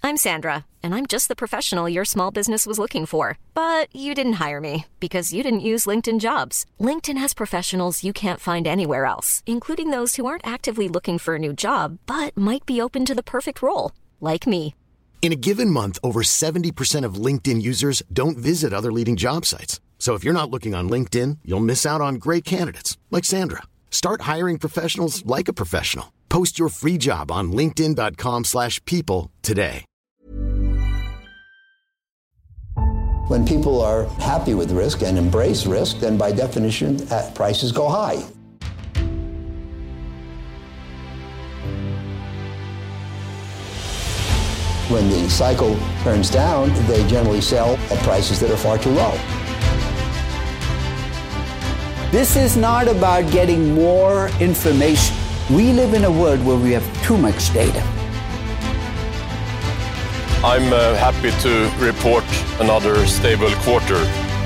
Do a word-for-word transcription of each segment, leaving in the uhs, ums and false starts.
I'm Sandra, and I'm just the professional your small business was looking for. But you didn't hire me because you didn't use LinkedIn Jobs. LinkedIn has professionals you can't find anywhere else, including those who aren't actively looking for a new job, but might be open to the perfect role, like me. In a given month, over seventy percent of LinkedIn users don't visit other leading job sites. So if you're not looking on LinkedIn, you'll miss out on great candidates like Sandra. Start hiring professionals like a professional. Post your free job on linkedin dot com slash people today. When people are happy with risk and embrace risk, then by definition, uh, prices go high. When the cycle turns down, they generally sell at prices that are far too low. This is not about getting more information. We live in a world where we have too much data. I'm uh, happy to report another stable quarter.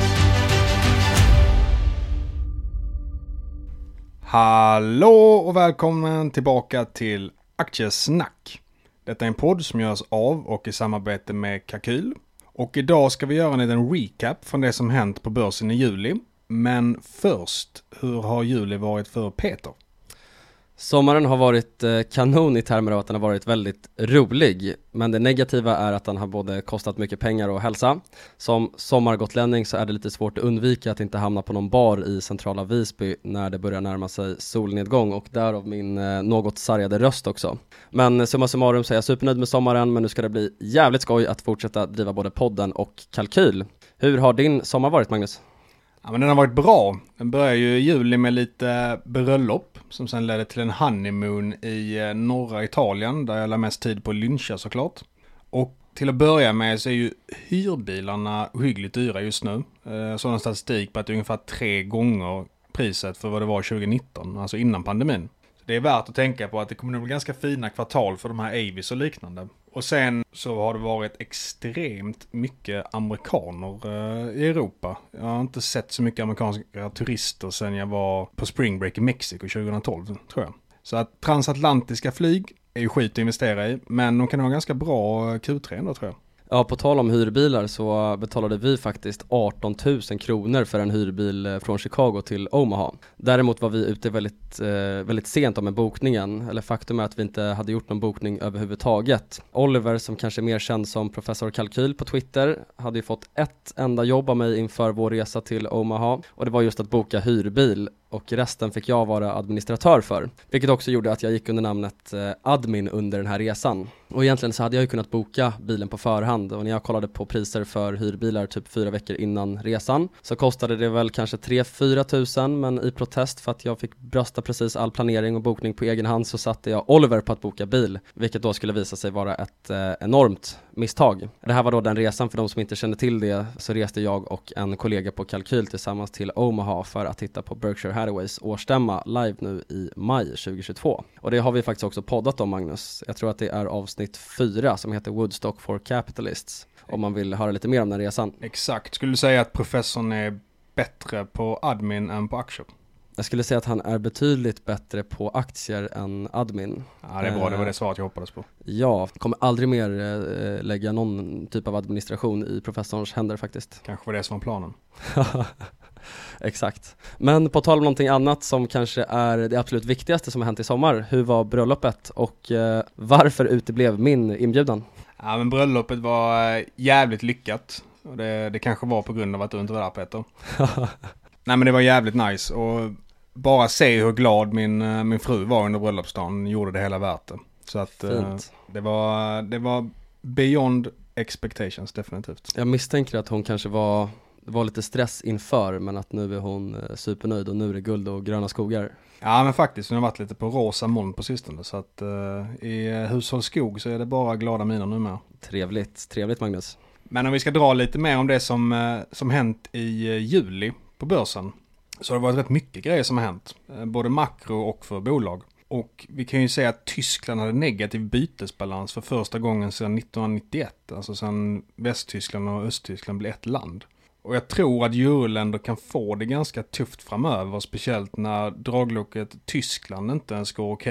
Hallå och välkommen tillbaka till Aktiesnack. Detta är en podd som görs av och i samarbete med Kalkyl. Och idag ska vi göra en liten recap från det som hänt på börsen i juli. Men först, hur har juli varit för Peter? Sommaren har varit kanon i termer av att den har varit väldigt rolig. Men det negativa är att den har både kostat mycket pengar och hälsa. Som sommargotlänning så är det lite svårt att undvika att inte hamna på någon bar i centrala Visby när det börjar närma sig solnedgång. Och därav min eh, något sargade röst också. Men summa summarum så är jag supernöjd med sommaren. Men nu ska det bli jävligt skoj att fortsätta driva både podden och Kalkyl. Hur har din sommar varit, Magnus? Ja, men den har varit bra. Den börjar ju i juli med lite bröllop som sen ledde till en honeymoon i norra Italien där jag la mest tid på att lyncha såklart. Och till att börja med så är ju hyrbilarna hyggligt dyra just nu. Sådan statistik på att det är ungefär tre gånger priset för vad det var tjugonitton, alltså innan pandemin. Så det är värt att tänka på att det kommer att bli ganska fina kvartal för de här Avis och liknande. Och sen så har det varit extremt mycket amerikaner i Europa. Jag har inte sett så mycket amerikanska turister sedan jag var på spring break i Mexiko tjugohundratolv, tror jag. Så att transatlantiska flyg är ju skit att investera i, men de kan ha ganska bra Q tre ändå, tror jag. Ja, på tal om hyrbilar så betalade vi faktiskt arton tusen kronor för en hyrbil från Chicago till Omaha. Däremot var vi ute väldigt, eh, väldigt sent om en bokningen, eller faktum är att vi inte hade gjort någon bokning överhuvudtaget. Oliver, som kanske är mer känd som professor Kalkyl på Twitter, hade ju fått ett enda jobb av mig inför vår resa till Omaha, och det var just att boka hyrbil. Och resten fick jag vara administratör för. Vilket också gjorde att jag gick under namnet eh, admin under den här resan. Och egentligen så hade jag ju kunnat boka bilen på förhand. Och när jag kollade på priser för hyrbilar typ fyra veckor innan resan så kostade det väl kanske tre till fyra tusen. Men i protest för att jag fick brösta precis all planering och bokning på egen hand så satte jag Oliver på att boka bil. Vilket då skulle visa sig vara ett eh, enormt misstag. Det här var då den resan. För de som inte kände till det så reste jag och en kollega på Kalkyl tillsammans till Omaha för att titta på Berkshire Hathaways årsstämma live nu i maj tjugohundratjugotvå. Och det har vi faktiskt också poddat om, Magnus. Jag tror att det är avsnitt fyra som heter Woodstock for Capitalists. Om man vill höra lite mer om den resan. Exakt. Skulle du säga att professorn är bättre på admin än på aktier? Jag skulle säga att han är betydligt bättre på aktier än admin. Ja, det är bra. Det var det svaret jag hoppades på. Ja, kommer aldrig mer äh, lägga någon typ av administration i professorns händer faktiskt. Kanske var det som var planen. Exakt. Men på tal om någonting annat som kanske är det absolut viktigaste som har hänt i sommar. Hur var bröllopet och eh, varför uteblev min inbjudan? Ja, men bröllopet var jävligt lyckat. Och det, det kanske var på grund av att du inte var där, Peter. Nej, men det var jävligt nice. Och bara se hur glad min, min fru var under bröllopsdagen gjorde det hela värt det. Så att eh, det, var, det var beyond expectations, definitivt. Jag misstänker att hon kanske var... Det var lite stress inför, men att nu är hon eh, supernöjd och nu är det guld och gröna skogar. Ja, men faktiskt. Hon har varit lite på rosa moln på sistone. Så att eh, i hushållsskog så är det bara glada miner nu med. Trevligt, trevligt Magnus. Men om vi ska dra lite mer om det som, eh, som hänt i eh, juli på börsen. Så har det varit rätt mycket grejer som har hänt. Eh, både makro och för bolag. Och vi kan ju säga att Tyskland hade negativ bytesbalans för första gången sedan nittonhundranittioett. Alltså sedan Västtyskland och Östtyskland blev ett land. Och jag tror att euroländer kan få det ganska tufft framöver, speciellt när draglocket Tyskland inte ens går okej.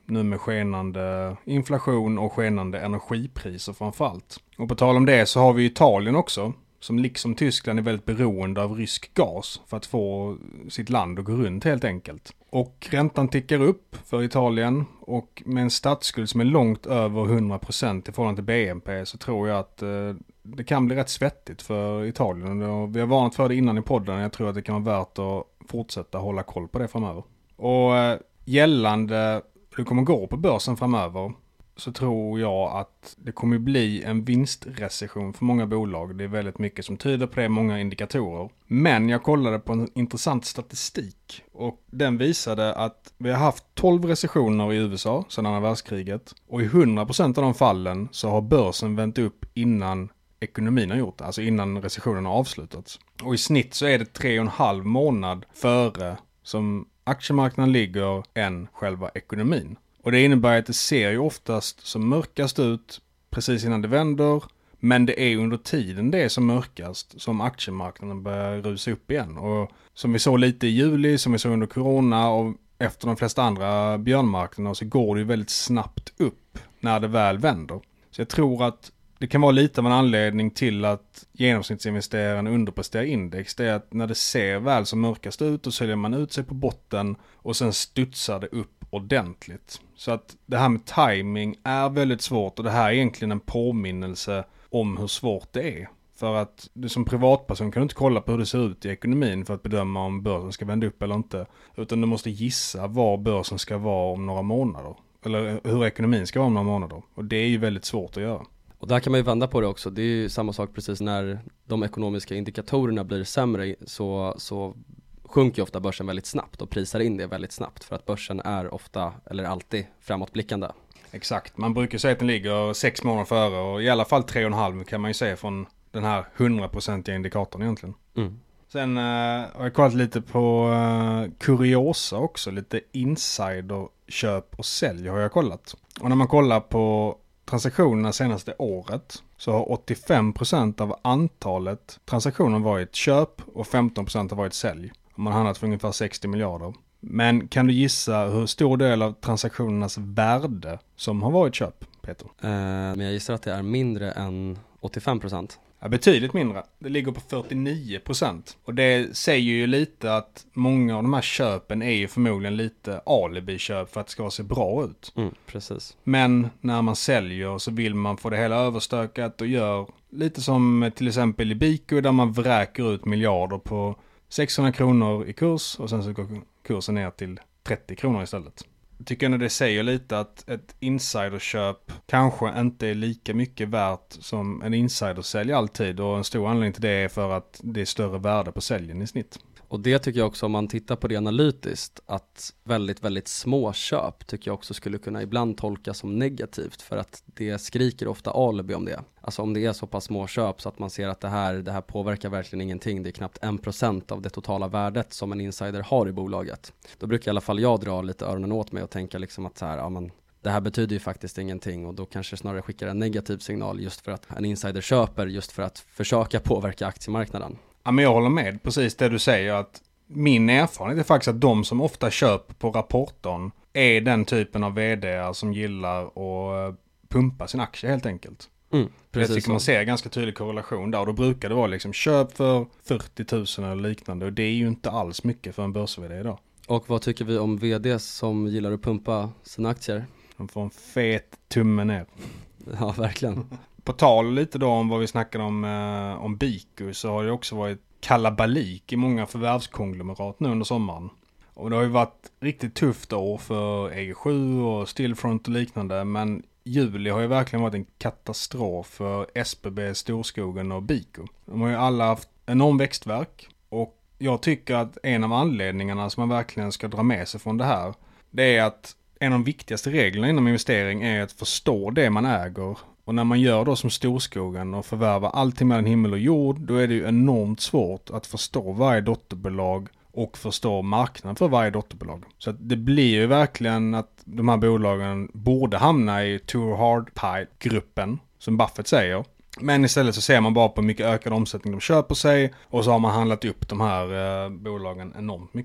nu med skenande inflation och skenande energipriser framförallt. Och på tal om det så har vi Italien också, som liksom Tyskland är väldigt beroende av rysk gas för att få sitt land att gå runt helt enkelt. Och räntan tickar upp för Italien, och med en statsskuld som är långt över hundra procent i förhållande till B N P så tror jag att eh, det kan bli rätt svettigt för Italien. Och vi har varnat för det innan i podden, jag tror att det kan vara värt att fortsätta hålla koll på det framöver. Och eh, gällande hur det kommer gå på börsen framöver så tror jag att det kommer bli en vinstrecession för många bolag. Det är väldigt mycket som tyder på det, många indikatorer. Men jag kollade på en intressant statistik och den visade att vi har haft tolv recessioner i U S A sedan andra världskriget. Och i hundra procent av de fallen så har börsen vänt upp innan ekonomin har gjort det, alltså innan recessionen har avslutats. Och i snitt så är det tre och en halv månad före som aktiemarknaden ligger än själva ekonomin. Och det innebär att det ser ju oftast som mörkast ut precis innan det vänder. Men det är under tiden det är som mörkast som aktiemarknaden börjar rusa upp igen. Och som vi såg lite i juli, som vi såg under corona och efter de flesta andra björnmarknaderna så går det ju väldigt snabbt upp när det väl vänder. Så jag tror att det kan vara lite av en anledning till att genomsnittsinvesteraren underpresterar index. Det är att när det ser väl som mörkast ut och säljer man ut sig på botten och sen studsar det upp ordentligt. Så att det här med timing är väldigt svårt och det här är egentligen en påminnelse om hur svårt det är. För att du som privatperson kan du inte kolla på hur det ser ut i ekonomin för att bedöma om börsen ska vända upp eller inte. Utan du måste gissa var börsen ska vara om några månader. Eller hur ekonomin ska vara om några månader. Och det är ju väldigt svårt att göra. Och där kan man ju vända på det också. Det är ju samma sak precis när de ekonomiska indikatorerna blir sämre så, så sjunker ju ofta börsen väldigt snabbt och prisar in det väldigt snabbt för att börsen är ofta eller alltid framåtblickande. Exakt, man brukar säga att den ligger sex månader före och i alla fall tre och en halv kan man ju säga från den här hundraprocentiga indikatorn egentligen. Mm. Sen uh, har jag kollat lite på uh, kuriosa också, lite insider köp och sälj har jag kollat. Och när man kollar på transaktionerna senaste året så har åttiofem procent av antalet transaktioner varit köp och femton procent har varit sälj. Man har handlat för ungefär sextio miljarder. Men kan du gissa hur stor del av transaktionernas värde som har varit köp, Peter? Eh, men jag gissar att det är mindre än åttiofem procent. Ja, betydligt mindre. Det ligger på fyrtionio procent. Och det säger ju lite att många av de här köpen är ju förmodligen lite alibi-köp för att det ska se bra ut. Mm, precis. Men när man säljer så vill man få det hela överstökat och gör lite som till exempel i Biko där man vräker ut miljarder på sexhundra kronor i kurs och sen så går kursen ner till trettio kronor istället. Jag tycker ändå det säger lite att ett insiderköp kanske inte är lika mycket värt som en insidersälj alltid och en stor anledning till det är för att det är större värde på säljen i snitt. Och det tycker jag också om man tittar på det analytiskt att väldigt, väldigt små köp tycker jag också skulle kunna ibland tolkas som negativt för att det skriker ofta alibi om det. Alltså om det är så pass små köp så att man ser att det här, det här påverkar verkligen ingenting. Det är knappt en procent av det totala värdet som en insider har i bolaget. Då brukar i alla fall jag dra lite öronen åt mig och tänka liksom att så här, ja men det här betyder ju faktiskt ingenting och då kanske snarare skickar en negativ signal just för att en insider köper just för att försöka påverka aktiemarknaden. Ja, men jag håller med precis det du säger att min erfarenhet är faktiskt att de som ofta köper på rapporten är den typen av vd som gillar att pumpa sin aktie helt enkelt. Mm, precis. Jag tycker man ser ganska tydlig korrelation där och då brukar det vara liksom köp för fyrtio tusen eller liknande och det är ju inte alls mycket för en börs-vd idag. Och vad tycker vi om vd som gillar att pumpa sina aktier? De får en fet tumme ner. Ja, verkligen. På tal lite då om vad vi snackade om, eh, om Biko så har det också varit kalabalik i många förvärvskonglomerat nu under sommaren. Och det har ju varit riktigt tufft år för E G sju och Stillfront och liknande men juli har ju verkligen varit en katastrof för S B B, Storskogen och Biko. De har ju alla haft enorm växtverk och jag tycker att en av anledningarna som man verkligen ska dra med sig från det här det är att en av de viktigaste reglerna inom investering är att förstå det man äger. Och när man gör då som Storskogen och förvärvar allting mellan himmel och jord, då är det ju enormt svårt att förstå varje dotterbolag och förstå marknaden för varje dotterbolag. Så att det blir ju verkligen att de här bolagen borde hamna i too hard pie-gruppen, som Buffett säger. Men istället så ser man bara på mycket ökad omsättning de köper sig och så har man handlat upp de här eh, bolagen enormt mycket.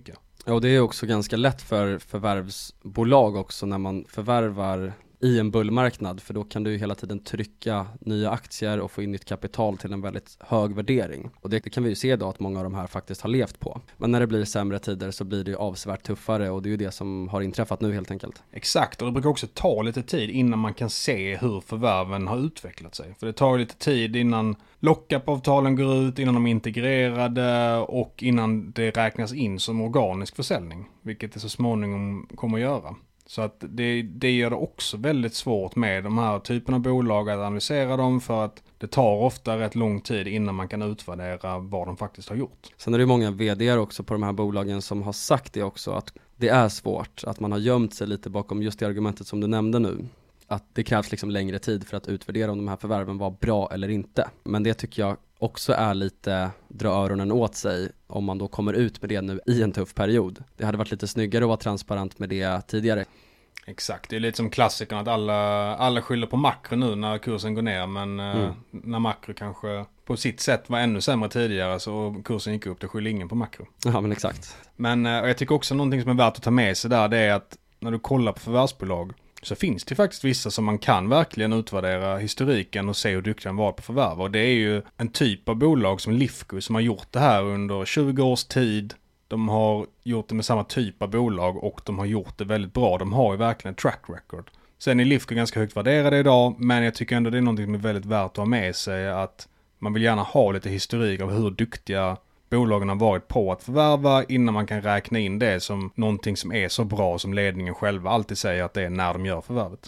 Ja, och det är också ganska lätt för förvärvsbolag också när man förvärvar i en bullmarknad, för då kan du ju hela tiden trycka nya aktier och få in nytt kapital till en väldigt hög värdering. Och det, det kan vi ju se då att många av de här faktiskt har levt på. Men när det blir sämre tider så blir det ju avsevärt tuffare, och det är ju det som har inträffat nu helt enkelt. Exakt, och det brukar också ta lite tid innan man kan se hur förvärven har utvecklat sig. För det tar ju lite tid innan lock-up-avtalen går ut, innan de är integrerade och innan det räknas in som organisk försäljning, vilket det så småningom kommer att göra. Så att det, det gör det också väldigt svårt med de här typerna av bolag att analysera dem, för att det tar ofta rätt lång tid innan man kan utvärdera vad de faktiskt har gjort. Sen är det många vd:ar också på de här bolagen som har sagt det också, att det är svårt, att man har gömt sig lite bakom just det argumentet som du nämnde nu. Att det krävs liksom längre tid för att utvärdera om de här förvärven var bra eller inte. Men det tycker jag också är lite dra öronen åt sig om man då kommer ut med det nu i en tuff period. Det hade varit lite snyggare att vara transparent med det tidigare. Exakt, det är lite som klassikern att alla, alla skyller på makro nu när kursen går ner, men mm. när makro kanske på sitt sätt var ännu sämre tidigare så kursen gick upp, det skyller ingen på makro. Ja, men exakt. Men och jag tycker också någonting som är värt att ta med sig där, det är att när du kollar på förvärvsbolag så finns det faktiskt vissa som man kan verkligen utvärdera historiken och se hur duktiga de var på förvärv. Och det är ju en typ av bolag som Lifco som har gjort det här under tjugo års tid. De har gjort det med samma typ av bolag och de har gjort det väldigt bra. De har ju verkligen ett track record. Sen är Lifco ganska högt värderade idag, men jag tycker ändå det är någonting som är väldigt värt att ha med sig, att man vill gärna ha lite historik av hur duktiga bolagen har varit på att förvärva innan man kan räkna in det som någonting som är så bra som ledningen själva alltid säger att det är när de gör förvärvet.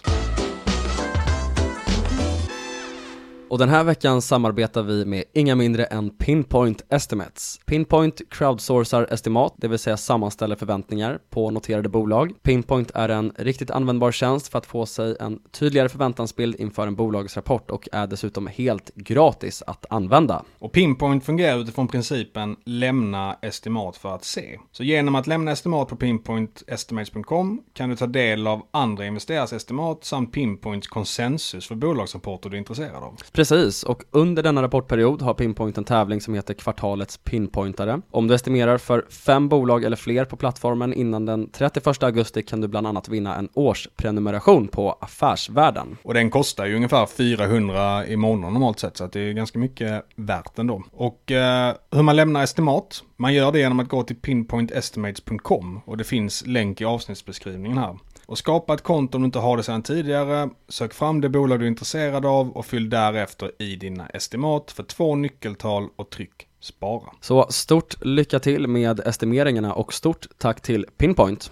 Och den här veckan samarbetar vi med inga mindre än Pinpoint Estimates. Pinpoint crowdsourcar estimat, det vill säga sammanställer förväntningar på noterade bolag. Pinpoint är en riktigt användbar tjänst för att få sig en tydligare förväntansbild inför en bolagsrapport och är dessutom helt gratis att använda. Och Pinpoint fungerar utifrån principen lämna estimat för att se. Så genom att lämna estimat på pinpoint estimates punkt com kan du ta del av andra investerares estimat samt Pinpoints konsensus för bolagsrapporter du är intresserad av. Precis, och under denna rapportperiod har Pinpoint en tävling som heter Kvartalets Pinpointare. Om du estimerar för fem bolag eller fler på plattformen innan den trettioförsta augusti kan du bland annat vinna en årsprenumeration på Affärsvärlden. Och den kostar ju ungefär fyrahundra i månaden normalt sett, så att det är ganska mycket värt ändå. Och eh, hur man lämnar estimat, man gör det genom att gå till pinpoint estimates punkt com och det finns länk i avsnittsbeskrivningen här. Och skapa ett konto om du inte har det sedan tidigare, sök fram det bolag du är intresserad av och fyll därefter i dina estimat för två nyckeltal och tryck spara. Så stort lycka till med estimeringarna och stort tack till Pinpoint.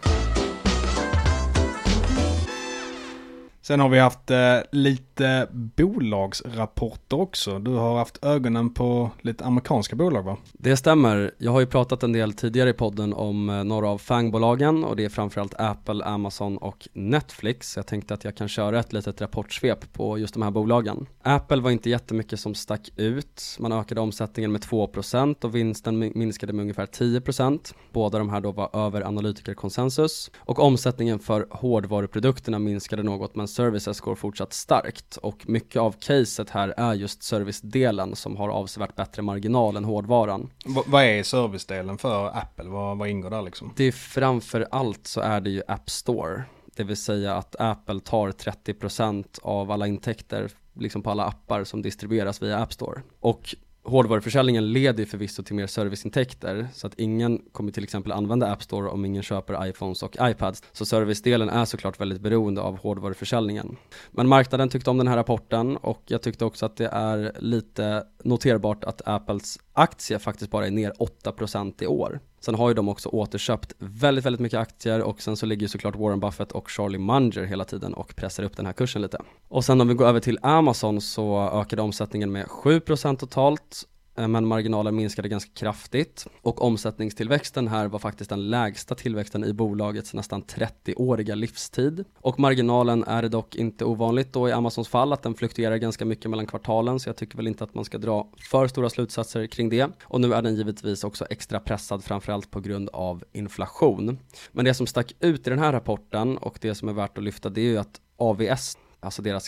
Sen har vi haft eh, lite bolagsrapporter också. Du har haft ögonen på lite amerikanska bolag, va? Det stämmer. Jag har ju pratat en del tidigare i podden om eh, några av fangbolagen och det är framförallt Apple, Amazon och Netflix. Jag tänkte att jag kan köra ett litet rapportsvep på just de här bolagen. Apple var inte jättemycket som stack ut. Man ökade omsättningen med två procent och vinsten minskade med ungefär tio procent. Båda de här då var över analytikerkonsensus. Och omsättningen för hårdvaruprodukterna minskade något, men services går fortsatt starkt och mycket av caset här är just servicedelen som har avsevärt bättre marginal än hårdvaran. V- vad är servicedelen för Apple? Vad, vad ingår där liksom? Det är framför allt så är det ju App Store. Det vill säga att Apple tar trettio procent av alla intäkter liksom på alla appar som distribueras via App Store. Och hårdvaruförsäljningen leder förvisso till mer serviceintäkter så att ingen kommer till exempel använda App Store om ingen köper iPhones och iPads. Så servicedelen är såklart väldigt beroende av hårdvaruförsäljningen. Men marknaden tyckte om den här rapporten och jag tyckte också att det är lite noterbart att Apples aktie faktiskt bara är ner åtta procent i år. Sen har ju de också återköpt väldigt, väldigt mycket aktier och sen så ligger ju såklart Warren Buffett och Charlie Munger hela tiden och pressar upp den här kursen lite. Och sen om vi går över till Amazon så ökade omsättningen med sju procent totalt. Men marginalen minskade ganska kraftigt och omsättningstillväxten här var faktiskt den lägsta tillväxten i bolagets nästan trettio-åriga livstid. Och marginalen är det dock inte ovanligt då i Amazons fall att den fluktuerar ganska mycket mellan kvartalen, så jag tycker väl inte att man ska dra för stora slutsatser kring det. Och nu är den givetvis också extra pressad framförallt på grund av inflation. Men det som stack ut i den här rapporten och det som är värt att lyfta, det är ju att A V S alltså deras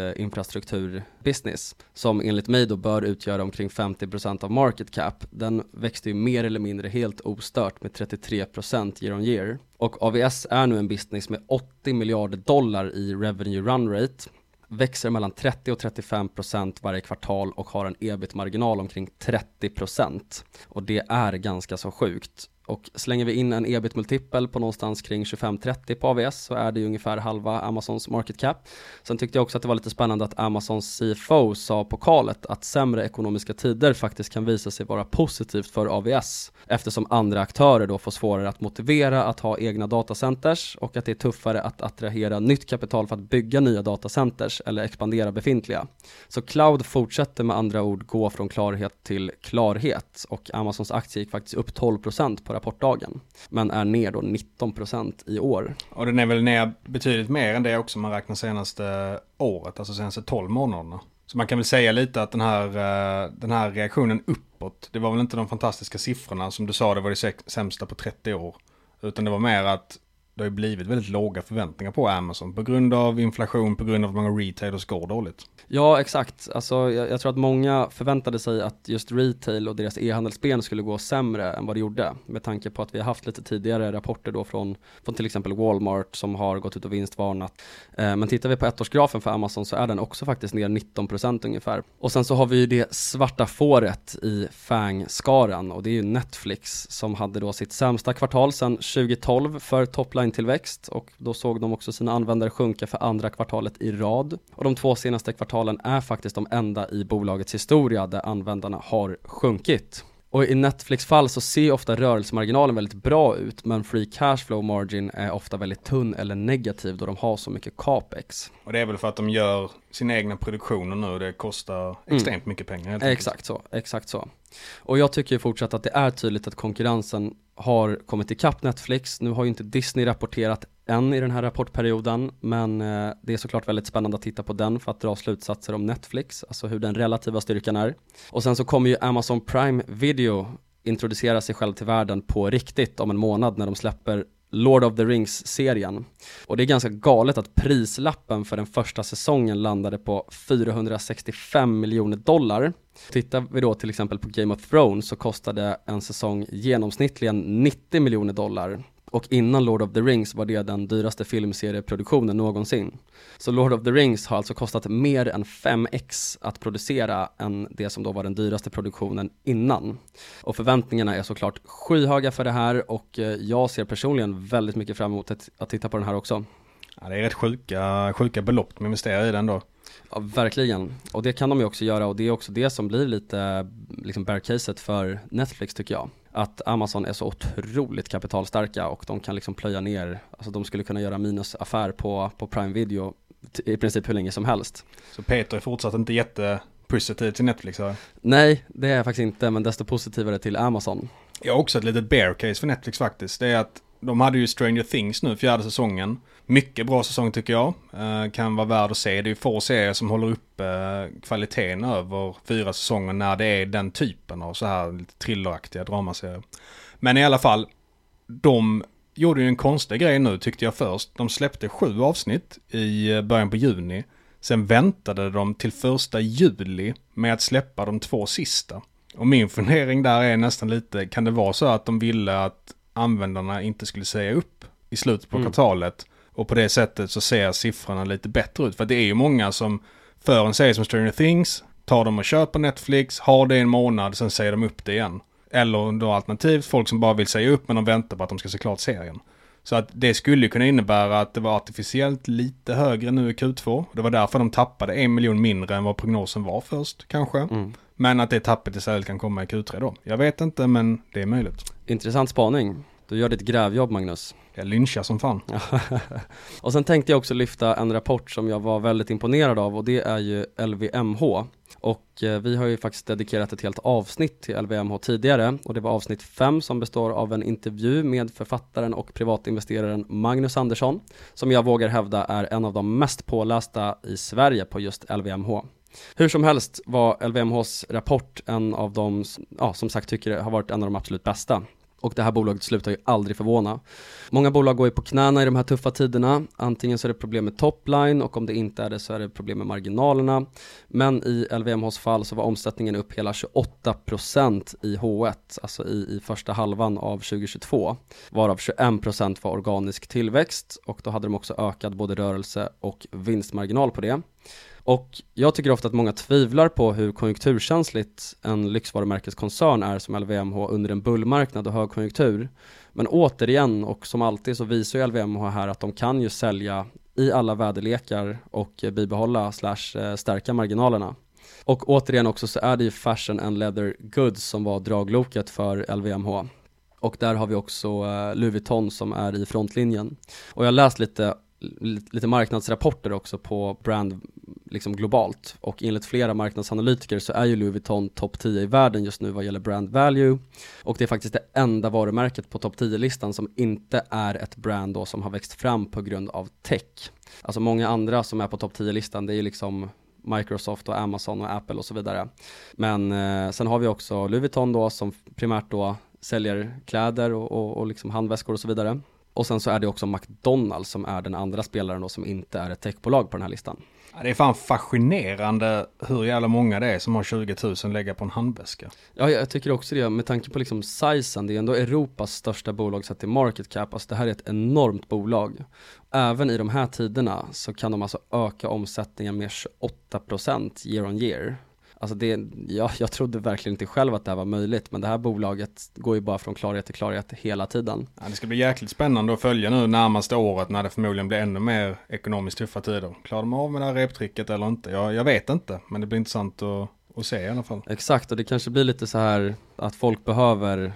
cloud-infrastruktur-business, som enligt mig då bör utgöra omkring femtio procent av market cap. Den växte ju mer eller mindre helt ostört med trettiotre procent year on year. Och A V S är nu en business med åttio miljarder dollar i revenue run rate, växer mellan trettio och trettiofem procent varje kvartal och har en ebit-marginal omkring trettio procent. Och det är ganska så sjukt. Och slänger vi in en ebit-multipel på någonstans kring tjugofem trettio på A V S så är det ju ungefär halva Amazons market cap. Sen tyckte jag också att det var lite spännande att Amazons C F O sa på kalet att sämre ekonomiska tider faktiskt kan visa sig vara positivt för A V S, eftersom andra aktörer då får svårare att motivera att ha egna datacenters och att det är tuffare att attrahera nytt kapital för att bygga nya datacenters eller expandera befintliga. Så cloud fortsätter med andra ord gå från klarhet till klarhet, och Amazons aktie gick faktiskt upp tolv procent på rapportdagen, men är ner då nitton procent i år. Och den är väl ner betydligt mer än det också man räknar senaste året, alltså senaste tolv månaderna. Så man kan väl säga lite att den här, den här reaktionen uppåt, det var väl inte de fantastiska siffrorna som du sa, det var det sämsta på trettio år, utan det var mer att det har blivit väldigt låga förväntningar på Amazon på grund av inflation, på grund av att många retailers går dåligt. Ja, exakt. Alltså, jag, jag tror att många förväntade sig att just retail och deras e-handelsben skulle gå sämre än vad det gjorde, med tanke på att vi har haft lite tidigare rapporter då från, från till exempel Walmart som har gått ut och vinstvarnat. Eh, men tittar vi på ettårsgrafen för Amazon så är den också faktiskt ner nitton procent ungefär. Och sen så har vi ju det svarta fåret i F A N G-skaran, och det är ju Netflix som hade då sitt sämsta kvartal sedan tjugohundratolv för topline-tillväxt, och då såg de också sina användare sjunka för andra kvartalet i rad. Och de två senaste kvartalen är faktiskt de enda i bolagets historia där användarna har sjunkit. Och i Netflix fall så ser ofta rörelsemarginalen väldigt bra ut, men free cash flow margin är ofta väldigt tunn eller negativ då de har så mycket capex. Och det är väl för att de gör sina egna produktioner nu, det kostar extremt mm. mycket pengar. Helt exakt så, exakt så. Och jag tycker ju fortsatt att det är tydligt att konkurrensen har kommit ikapp Netflix. Nu har ju inte Disney rapporterat än i den här rapportperioden, men eh, det är såklart väldigt spännande att titta på den för att dra slutsatser om Netflix, alltså hur den relativa styrkan är. Och sen så kommer ju Amazon Prime Video introducera sig själv till världen på riktigt om en månad när de släpper Lord of the Rings-serien. Och det är ganska galet att prislappen för den första säsongen landade på fyrahundrasextiofem miljoner dollar. Tittar vi då till exempel på Game of Thrones så kostade en säsong genomsnittligen nittio miljoner dollar. Och innan Lord of the Rings var det den dyraste filmserieproduktionen någonsin. Så Lord of the Rings har alltså kostat mer än fem x att producera än det som då var den dyraste produktionen innan. Och förväntningarna är såklart skyhöga för det här, och jag ser personligen väldigt mycket fram emot att, att titta på den här också. Ja, det är rätt sjuka, sjuka belopp de investerar i den då. Ja, verkligen. Och det kan de ju också göra, och det är också det som blir lite liksom bear caset för Netflix tycker jag. Att Amazon är så otroligt kapitalstarka och de kan liksom plöja ner, alltså de skulle kunna göra minusaffär på, på Prime Video i princip hur länge som helst. Så Peter är fortsatt inte jättepositiv till Netflix här? Nej, det är jag faktiskt inte, men desto positivare till Amazon. Jag har också ett litet bear case för Netflix faktiskt. Det är att de hade ju Stranger Things nu, fjärde säsongen. Mycket bra säsong tycker jag. Eh, kan vara värd att se. Det är ju få serier som håller upp eh, kvaliteten över fyra säsonger när det är den typen av så här lite thrilleraktiga dramaserier. Men i alla fall, de gjorde ju en konstig grej nu tyckte jag först. De släppte sju avsnitt i början på juni. Sen väntade de till första juli med att släppa de två sista. Och min fundering där är nästan lite, kan det vara så att de ville att användarna inte skulle säga upp i slutet på mm. kvartalet, och på det sättet så ser siffrorna lite bättre ut, för det är ju många som för en serie som Stranger Things tar dem och köper Netflix, har det en månad, sen säger de upp det igen, eller då alternativt folk som bara vill säga upp men de väntar på att de ska se klart serien. Så att det skulle kunna innebära att det var artificiellt lite högre nu i Q två, det var därför de tappade en miljon mindre än vad prognosen var först kanske. Mm. Men att det tappet istället kan komma i Q tre då. Jag vet inte, men det är möjligt. Intressant spaning. Du gör ditt grävjobb, Magnus. Jag lynchar som fan. Och sen tänkte jag också lyfta en rapport som jag var väldigt imponerad av, och det är ju L V M H. Och eh, vi har ju faktiskt dedikerat ett helt avsnitt till L V M H tidigare, och det var avsnitt fem som består av en intervju med författaren och privatinvesteraren Magnus Andersson, som jag vågar hävda är en av de mest pålästa i Sverige på just L V M H. Hur som helst var L V M Hs rapport en av de, ja, som sagt tycker har varit en av de absolut bästa. Och det här bolaget slutar ju aldrig förvåna. Många bolag går ju på knäna i de här tuffa tiderna. Antingen så är det problem med topline och om det inte är det så är det problem med marginalerna. Men i L V M H:s fall så var omsättningen upp hela tjugoåtta procent i H ett, alltså i, i första halvan av tjugohundratjugotvå. Varav tjugoen procent var organisk tillväxt och då hade de också ökad både rörelse och vinstmarginal på det. Och jag tycker ofta att många tvivlar på hur konjunkturkänsligt en lyxvarumärkeskoncern är som L V M H under en bullmarknad och högkonjunktur. Men återigen och som alltid så visar ju L V M H här att de kan ju sälja i alla väderlekar och bibehålla slash stärka marginalerna. Och återigen också så är det ju fashion and leather goods som var dragloket för L V M H. Och där har vi också Louis Vuitton som är i frontlinjen. Och jag har läst lite lite marknadsrapporter också på brand liksom globalt och enligt flera marknadsanalytiker så är ju Louis Vuitton topp tio i världen just nu vad gäller brand value och det är faktiskt det enda varumärket på topp tio-listan som inte är ett brand då som har växt fram på grund av tech. Alltså många andra som är på topp tio-listan det är ju liksom Microsoft och Amazon och Apple och så vidare. Men eh, sen har vi också Louis Vuitton då som primärt då säljer kläder och, och, och liksom handväskor och så vidare. Och sen så är det också McDonald's som är den andra spelaren då som inte är ett techbolag på den här listan. Ja, det är fan fascinerande hur jävla många det är som har tjugo tusen lägga på en handväska. Ja, jag tycker också det. Med tanke på liksom sizen, det är ändå Europas största bolag sett till market cap. Alltså det här är ett enormt bolag. Även i de här tiderna så kan de alltså öka omsättningen med tjugoåtta procent year on year. Alltså det, ja, jag trodde verkligen inte själv att det här var möjligt, men det här bolaget går ju bara från klarhet till klarhet hela tiden. Ja, det ska bli jäkligt spännande att följa nu närmaste året när det förmodligen blir ännu mer ekonomiskt tuffa tider. Klarar de av med det här reptricket eller inte? Jag, jag vet inte, men det blir intressant att, att se i alla fall. Exakt, och det kanske blir lite så här att folk behöver,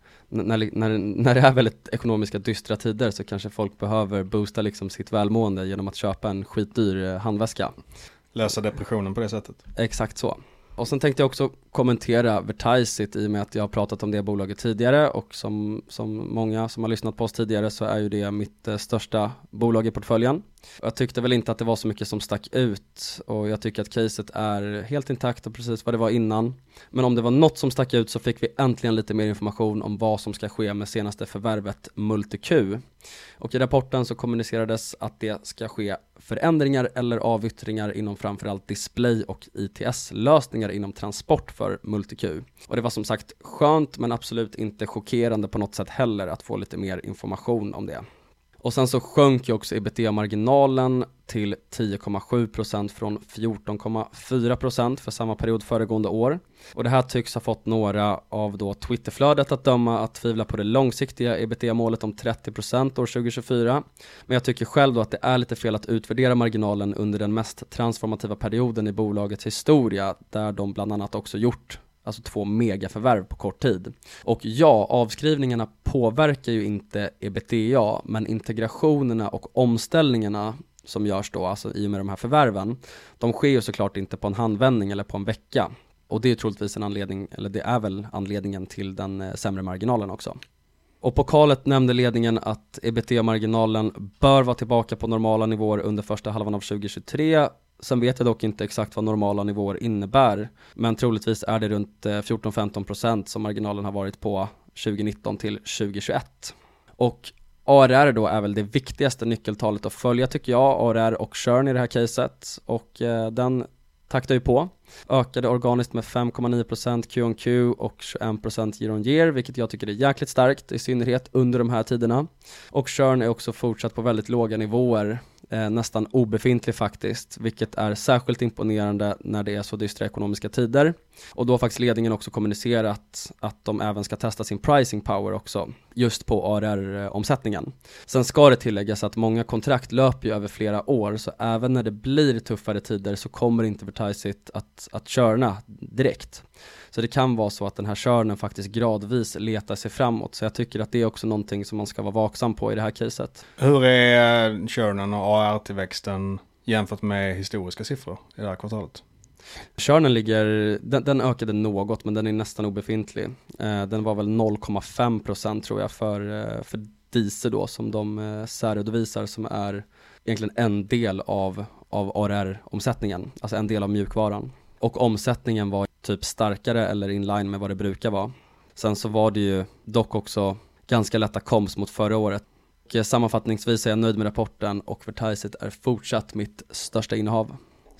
när, när, när det är väldigt ekonomiska dystra tider så kanske folk behöver boosta liksom sitt välmående genom att köpa en skitdyr handväska. Lösa depressionen på det sättet. Exakt så. Och sen tänkte jag också kommentera Vertiseit i och med att jag har pratat om det bolaget tidigare och som, som många som har lyssnat på oss tidigare så är ju det mitt eh, största bolag i portföljen. Jag tyckte väl inte att det var så mycket som stack ut och jag tycker att caset är helt intakt och precis vad det var innan. Men om det var något som stack ut så fick vi äntligen lite mer information om vad som ska ske med senaste förvärvet MultiQ. Och i rapporten så kommunicerades att det ska ske förändringar eller avyttringar inom framförallt display- och I T S-lösningar inom transport för MultiQ. Och det var som sagt skönt men absolut inte chockerande på något sätt heller att få lite mer information om det. Och sen så sjönk ju också ebitda-marginalen till tio komma sju procent från fjorton komma fyra procent för samma period föregående år. Och det här tycks ha fått några av då Twitterflödet att döma att tvivla på det långsiktiga ebitda-målet om trettio procent år tjugohundratjugofyra. Men jag tycker själv då att det är lite fel att utvärdera marginalen under den mest transformativa perioden i bolagets historia där de bland annat också gjort alltså två megaförvärv på kort tid. Och ja, avskrivningarna påverkar ju inte ebitda, men integrationerna och omställningarna som görs då, alltså i och med de här förvärven, de sker ju såklart inte på en handvändning eller på en vecka. Och det är troligtvis en anledning, eller det är väl anledningen till den eh, sämre marginalen också. Och på kalet nämnde ledningen att ebitda-marginalen bör vara tillbaka på normala nivåer under första halvan av tjugohundratjugotre. Sen vet jag dock inte exakt vad normala nivåer innebär, men troligtvis är det runt fjorton till femton procent som marginalen har varit på tjugonitton till tjugohundratjugoett. Och A R R då är väl det viktigaste nyckeltalet att följa tycker jag, A R R och churn i det här caset, och eh, den taktar ju på. Ökade organiskt med fem komma nio procent Q on Q och tjugoen procent year on year, vilket jag tycker är jäkligt starkt, i synnerhet under de här tiderna. Och churn är också fortsatt på väldigt låga nivåer, eh, nästan obefintlig faktiskt, vilket är särskilt imponerande när det är så dystra ekonomiska tider. Och då har faktiskt ledningen också kommunicerat att de även ska testa sin pricing power också, just på A R R-omsättningen. Sen ska det tilläggas att många kontrakt löper ju över flera år, så även när det blir tuffare tider så kommer inte Vertiseit att, att körna direkt. Så det kan vara så att den här körnen faktiskt gradvis letar sig framåt, så jag tycker att det är också någonting som man ska vara vaksam på i det här caset. Hur är körnen och A R R-tillväxten jämfört med historiska siffror i det här kvartalet? Körnen ligger, den, den ökade något, men den är nästan obefintlig. Eh, den var väl noll komma fem procent tror jag för, eh, för Deezer då, som de eh, särredovisar, som är egentligen en del av, av A R R-omsättningen, alltså en del av mjukvaran. Och omsättningen var typ starkare eller inline med vad det brukar vara. Sen så var det ju dock också ganska lätta komps mot förra året. Och sammanfattningsvis är jag nöjd med rapporten och Vertiseit är fortsatt mitt största innehav.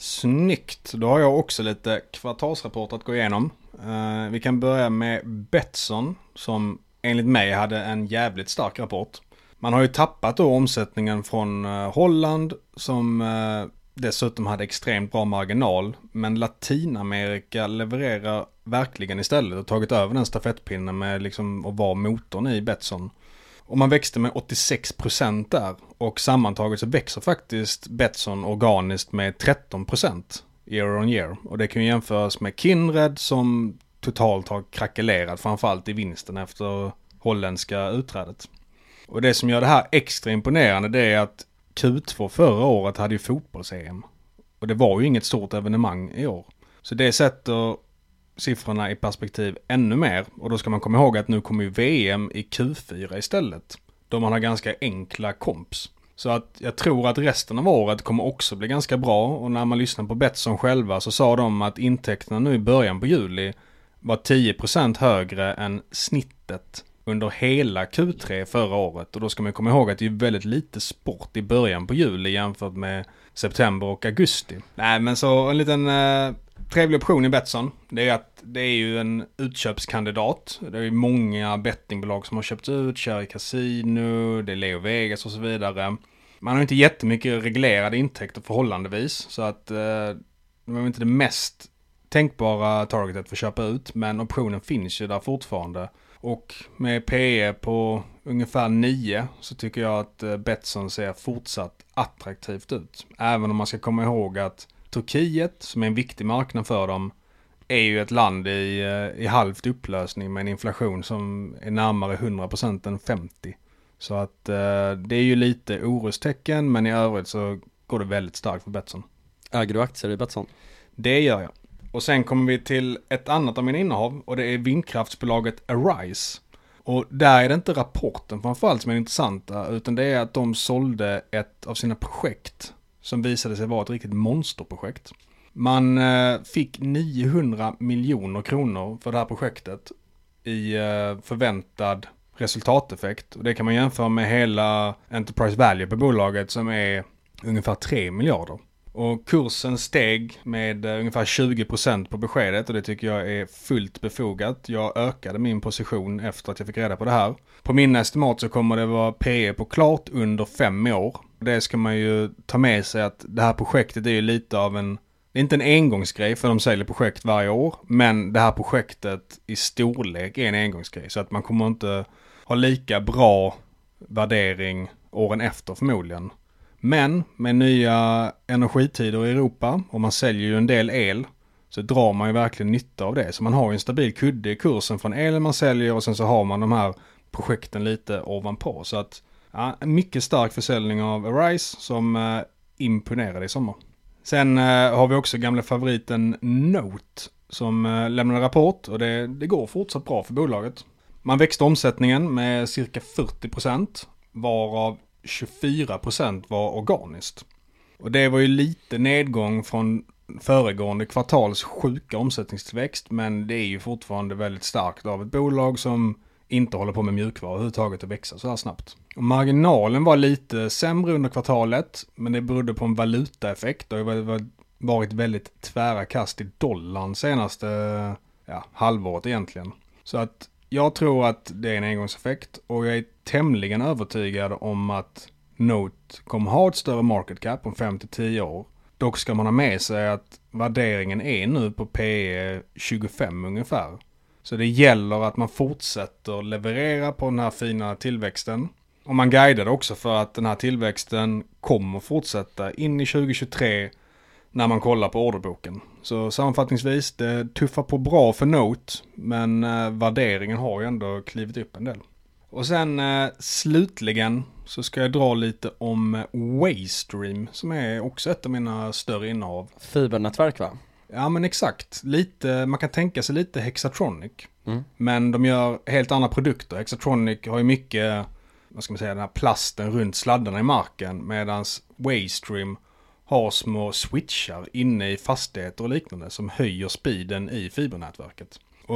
Snyggt, då har jag också lite kvartalsrapport att gå igenom. Uh, vi kan börja med Betsson som enligt mig hade en jävligt stark rapport. Man har ju tappat då omsättningen från uh, Holland som uh, dessutom hade extremt bra marginal. Men Latinamerika levererar verkligen istället och tagit över den stafettpinnen med liksom att vara motorn i Betsson. Och man växte med åttiosex procent där och sammantaget så växer faktiskt Betsson organiskt med tretton procent year on year. Och det kan ju jämföras med Kindred som totalt har krackelerat framförallt i vinsten efter holländska utträdet. Och det som gör det här extra imponerande det är att Q två förra året hade ju fotbolls-E M. Och det var ju inget stort evenemang i år. Så det sätter siffrorna i perspektiv ännu mer. Och då ska man komma ihåg att nu kommer ju V M i Q fyra istället. Då man har ganska enkla komps. Så att jag tror att resten av året kommer också bli ganska bra. Och när man lyssnar på Betsson själva så sa de att intäkterna nu i början på juli var tio procent högre än snittet under hela Q tre förra året. Och då ska man komma ihåg att det är väldigt lite sport i början på juli jämfört med september och augusti. Nej, men så en liten eh, trevlig option i Betsson. Det är att det är ju en utköpskandidat. Det är ju många bettingbolag som har köpt ut, Cherry Casino, det är Leo Vegas och så vidare. Man har inte jättemycket reglerade intäkter förhållandevis. Så att eh, det var inte det mest tänkbara targetet för att köpa ut. Men optionen finns ju där fortfarande. Och med P E på ungefär nio så tycker jag att Betsson ser fortsatt attraktivt ut. Även om man ska komma ihåg att Turkiet, som är en viktig marknad för dem, är ju ett land i, i halvt upplösning med en inflation som är närmare hundra procent än femtio. Så att eh, det är ju lite orostecken, men i övrigt så går det väldigt starkt för Betsson. Äger du aktier i Betsson? Det gör jag. Och sen kommer vi till ett annat av mina innehav och det är vindkraftsbolaget Arise. Och där är det inte rapporten framförallt som är intressanta utan det är att de sålde ett av sina projekt som visade sig vara ett riktigt monsterprojekt. Man eh, fick niohundra miljoner kronor för det här projektet i eh, förväntad resultateffekt. Och det kan man jämföra med hela enterprise value på bolaget som är ungefär tre miljarder. Och kursen steg med uh, ungefär tjugo procent på beskedet och det tycker jag är fullt befogat. Jag ökade min position efter att jag fick reda på det här. På min estimat så kommer det vara P E på klart under fem år. Det ska man ju ta med sig att det här projektet är ju lite av en, det är inte en engångsgrej för de säljer projekt varje år. Men det här projektet i storlek är en engångsgrej så att man kommer inte ha lika bra värdering åren efter förmodligen. Men med nya energitider i Europa och man säljer ju en del el så drar man ju verkligen nytta av det. Så man har ju en stabil kudde i kursen från elen man säljer och sen så har man de här projekten lite ovanpå. Så att ja, en mycket stark försäljning av Arise som eh, imponerade i sommar. Sen eh, har vi också gamla favoriten Note som eh, lämnar rapport och det, det går fortsatt bra för bolaget. Man växte omsättningen med cirka fyrtio procent varav tjugofyra procent var organiskt. Och det var ju lite nedgång från föregående kvartals sjuka omsättningstillväxt men det är ju fortfarande väldigt starkt av ett bolag som inte håller på med mjukvara överhuvudtaget att växa så här snabbt. Och marginalen var lite sämre under kvartalet men det berodde på en valutaeffekt. Det har varit väldigt tvära kast i dollarn senaste ja, halvåret egentligen. Så att jag tror att det är en engångseffekt och jag är tämligen övertygad om att Note kommer ha ett större market cap om fem till tio år. Dock ska man ha med sig att värderingen är nu på P E tjugofem ungefär. Så det gäller att man fortsätter leverera på den här fina tillväxten. Och man guidar också för att den här tillväxten kommer fortsätta in i tjugo tjugotre när man kollar på orderboken. Så sammanfattningsvis, det tuffar på bra för Note, men eh, värderingen har ju ändå klivit upp en del. Och sen eh, slutligen så ska jag dra lite om Waystream som är också ett av mina större innehav. Fibernätverk va? Ja men exakt, lite, man kan tänka sig lite Hexatronic. Mm. Men de gör helt andra produkter. Hexatronic har ju mycket, vad ska man säga, den här plasten runt sladdarna i marken medan Waystream har små switchar inne i fastigheter och liknande som höjer speeden i fibernätverket. Och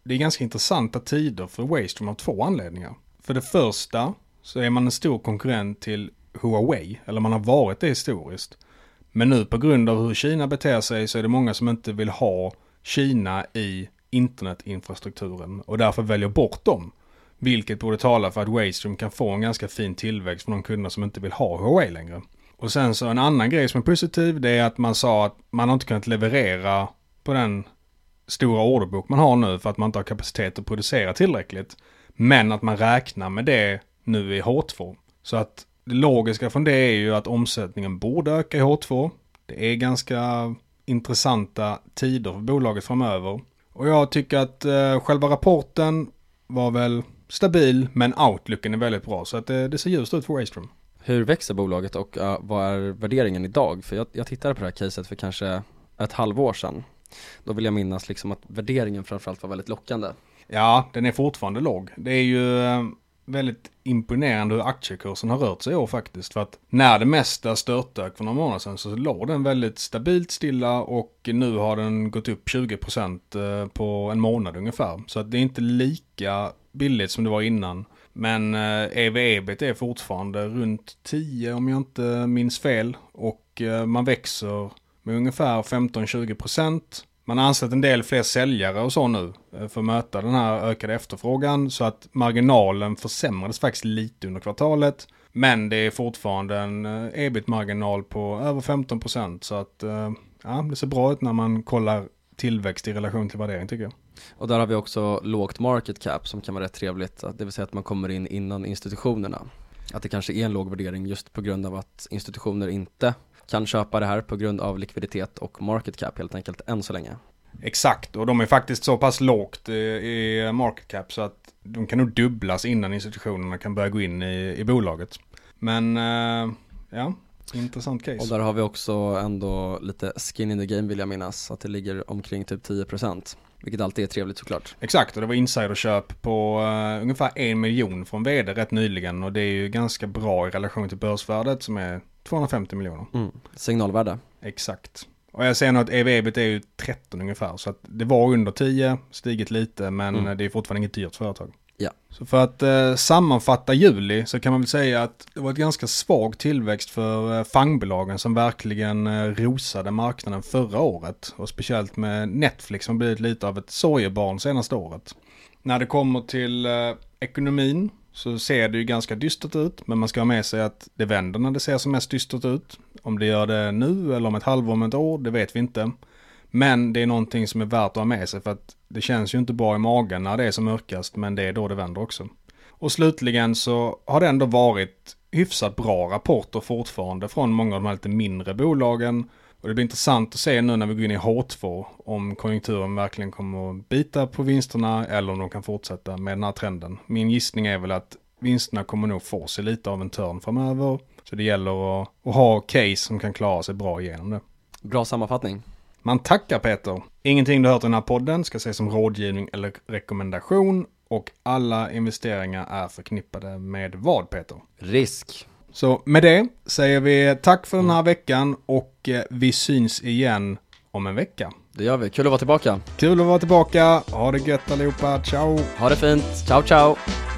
det är ganska intressanta tider för Waystream av två anledningar. För det första så är man en stor konkurrent till Huawei, eller man har varit det historiskt. Men nu på grund av hur Kina beter sig så är det många som inte vill ha Kina i internetinfrastrukturen och därför väljer bort dem. Vilket borde tala för att Waystream kan få en ganska fin tillväxt från de kunder som inte vill ha Huawei längre. Och sen så en annan grej som är positiv, det är att man sa att man har inte kunnat leverera på den stora orderbok man har nu för att man inte har kapacitet att producera tillräckligt. Men att man räknar med det nu i H två. Så att det logiska från det är ju att omsättningen borde öka i H två. Det är ganska intressanta tider för bolaget framöver. Och jag tycker att eh, själva rapporten var väl stabil, men outlooken är väldigt bra. Så att det, det ser ljust ut för Waystream. Hur växer bolaget och uh, vad är värderingen idag? För jag, jag tittade på det här caset för kanske ett halvår sedan. Då vill jag minnas liksom att värderingen framförallt var väldigt lockande. Ja, den är fortfarande låg. Det är ju eh, väldigt imponerande hur aktiekursen har rört sig i år faktiskt. För att när det mesta störtdök för några månader sedan så låg den väldigt stabilt stilla och nu har den gått upp tjugo procent på en månad ungefär. Så att det är inte lika billigt som det var innan. Men E V/ebit är fortfarande runt tio om jag inte minns fel. Och man växer med ungefär femton till tjugo procent. Man har ansett en del fler säljare och så nu för att möta den här ökade efterfrågan. Så att marginalen försämrades faktiskt lite under kvartalet. Men det är fortfarande en ebit-marginal på över femton procent. Så att ja, det ser bra ut när man kollar tillväxt i relation till värdering tycker jag. Och där har vi också lågt market cap som kan vara rätt trevligt. Det vill säga att man kommer in innan institutionerna. Att det kanske är en låg värdering just på grund av att institutioner inte kan köpa det här på grund av likviditet och market cap helt enkelt än så länge. Exakt, och de är faktiskt så pass lågt i, i market cap så att de kan nog dubblas innan institutionerna kan börja gå in i, i bolaget. Men uh, ja, intressant case. Och där har vi också ändå lite skin in the game vill jag minnas. Att det ligger omkring typ tio procent. Vilket alltid är trevligt såklart. Exakt, och det var insiderköp på uh, ungefär en miljon från vd rätt nyligen. Och det är ju ganska bra i relation till börsvärdet som är tvåhundrafemtio miljoner. Mm. Signalvärde. Exakt. Och jag ser nog att E V/ebit är ju tretton ungefär. Så att det var under tio, stigit lite, men mm. det är fortfarande inget dyrt företag. Ja. Så för att eh, sammanfatta juli så kan man väl säga att det var ett ganska svag tillväxt för eh, fangbolagen som verkligen eh, rosade marknaden förra året. Och speciellt med Netflix som blivit lite av ett sorgebarn senaste året. När det kommer till eh, ekonomin så ser det ju ganska dystert ut, men man ska ha med sig att det vänder när det ser som mest dystert ut. Om det gör det nu eller om ett halvår, om ett år, det vet vi inte. Men det är någonting som är värt att ha med sig för att det känns ju inte bra i magen när det är som mörkast, men det är då det vänder också. Och slutligen så har det ändå varit hyfsat bra rapporter fortfarande från många av de här lite mindre bolagen. Och det blir intressant att se nu när vi går in i H två om konjunkturen verkligen kommer att bita på vinsterna eller om de kan fortsätta med den här trenden. Min gissning är väl att vinsterna kommer nog få sig lite av en törn framöver. Så det gäller att, att ha case som kan klara sig bra igenom det. Bra sammanfattning. Man tackar Peter. Ingenting du hört i den här podden ska ses som rådgivning eller rekommendation. Och alla investeringar är förknippade med vad Peter? Risk. Så med det säger vi tack för den här veckan och vi syns igen om en vecka. Det gör vi. Kul att vara tillbaka. Kul att vara tillbaka. Ha det gött allihopa. Ciao. Ha det fint. Ciao, ciao.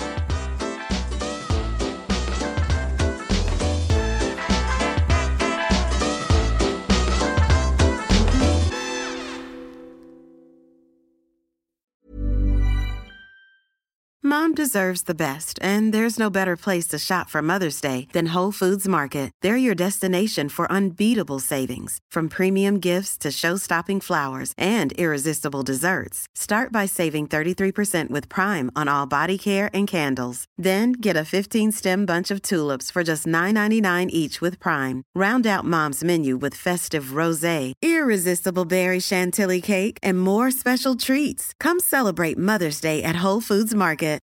Mom deserves the best, and there's no better place to shop for Mother's Day than Whole Foods Market. They're your destination for unbeatable savings, from premium gifts to show-stopping flowers and irresistible desserts. Start by saving thirty-three percent with Prime on all body care and candles. Then get a fifteen-stem bunch of tulips for just nine ninety-nine each with Prime. Round out Mom's menu with festive rosé, irresistible berry chantilly cake, and more special treats. Come celebrate Mother's Day at Whole Foods Market.